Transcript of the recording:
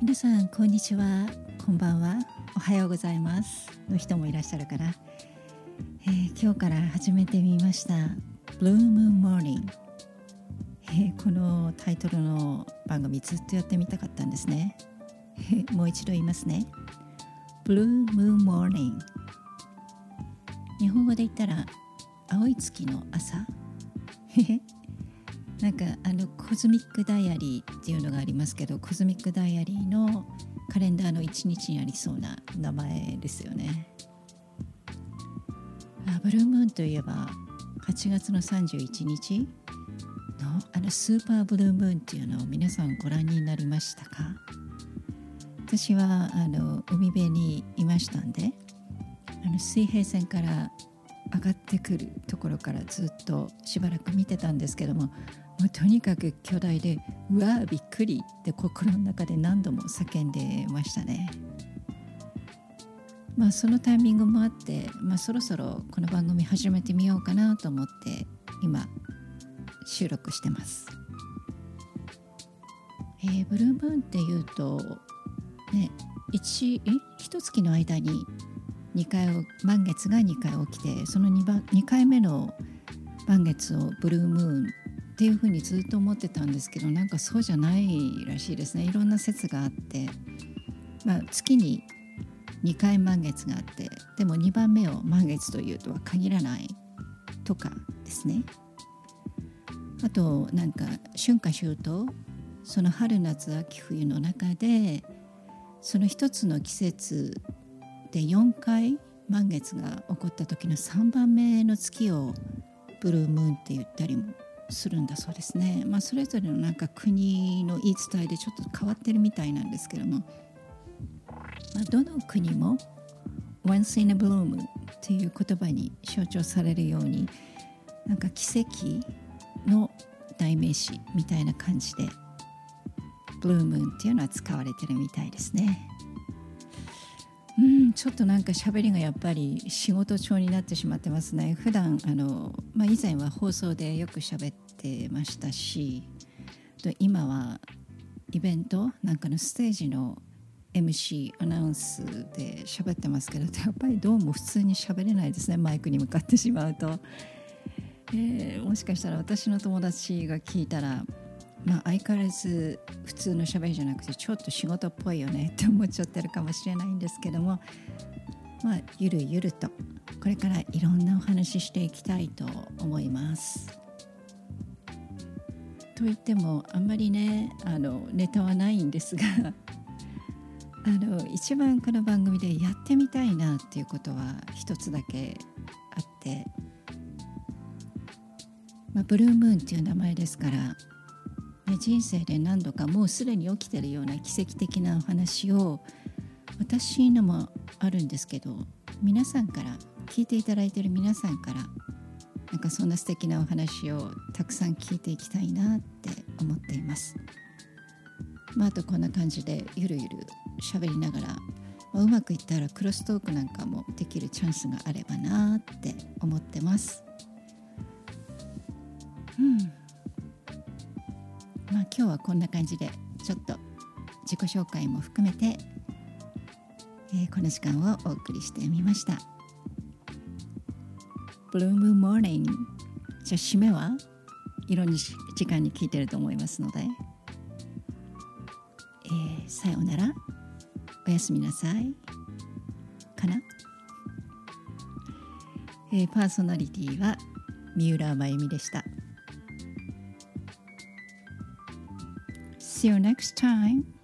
皆さんこんにちは、こんばんは、おはようございますの人もいらっしゃるから、今日から始めてみました Blue Moon Morning、このタイトルの番組ずっとやってみたかったんですね。もう一度言いますね。 Blue Moon Morning、 日本語で言ったら青い月の朝なんかコズミックダイアリーっていうのがありますけど、コズミックダイアリーのカレンダーの一日にありそうな名前ですよね。ブルームーンといえば8月の31日のスーパーブルームーンっていうのを皆さんご覧になりましたか？私は海辺にいましたんで、水平線から上がってくるところからずっとしばらく見てたんですけども、もうとにかく巨大でうわーびっくりって心の中で何度も叫んでましたね。そのタイミングもあって、そろそろこの番組始めてみようかなと思って今収録してます。ブルームーンっていうとね、一月の間に満月が2回起きて、その2回目の満月をブルームーンっていうふうにずっと思ってたんですけど、なんかそうじゃないらしいですね。いろんな説があって、月に2回満月があって、でも2番目を満月というとは限らないとかですね。あとなんか春夏秋冬、その春夏秋冬の中でその一つの季節で4回満月が起こった時の3番目の月をブルームーンって言ったりもするんだそうですね。それぞれのなんか国の言い伝えでちょっと変わってるみたいなんですけども、どの国も Once in a Bloom っていう言葉に象徴されるように、なんか奇跡の代名詞みたいな感じでブルームーンっていうのは使われてるみたいですね。ちょっとなんか喋りがやっぱり仕事調になってしまってますね。普段以前は放送でよく喋ってましたし、今はイベントなんかのステージの MC アナウンスで喋ってますけど、やっぱりどうも普通に喋れないですね、マイクに向かってしまうと。もしかしたら私の友達が聞いたら、相変わらず普通の喋りじゃなくてちょっと仕事っぽいよねって思っちゃってるかもしれないんですけども、ゆるゆるとこれからいろんなお話ししていきたいと思います。といってもあんまりねネタはないんですが一番この番組でやってみたいなっていうことは一つだけあって、ブルームーンっていう名前ですから、人生で何度かもうすでに起きているような奇跡的なお話を、私のもあるんですけど、皆さんから聞いていただいている皆さんからなんかそんな素敵なお話をたくさん聞いていきたいなって思っています。あとこんな感じでゆるゆる喋りながら、うまくいったらクロストークなんかもできるチャンスがあればなって思ってます。今日はこんな感じでちょっと自己紹介も含めて、この時間をお送りしてみました。Blue Moon Morning、 じゃあ締めはいろんな時間に聞いてると思いますので、さようなら、おやすみなさいかな。パーソナリティは三浦真由美でした。See you next time.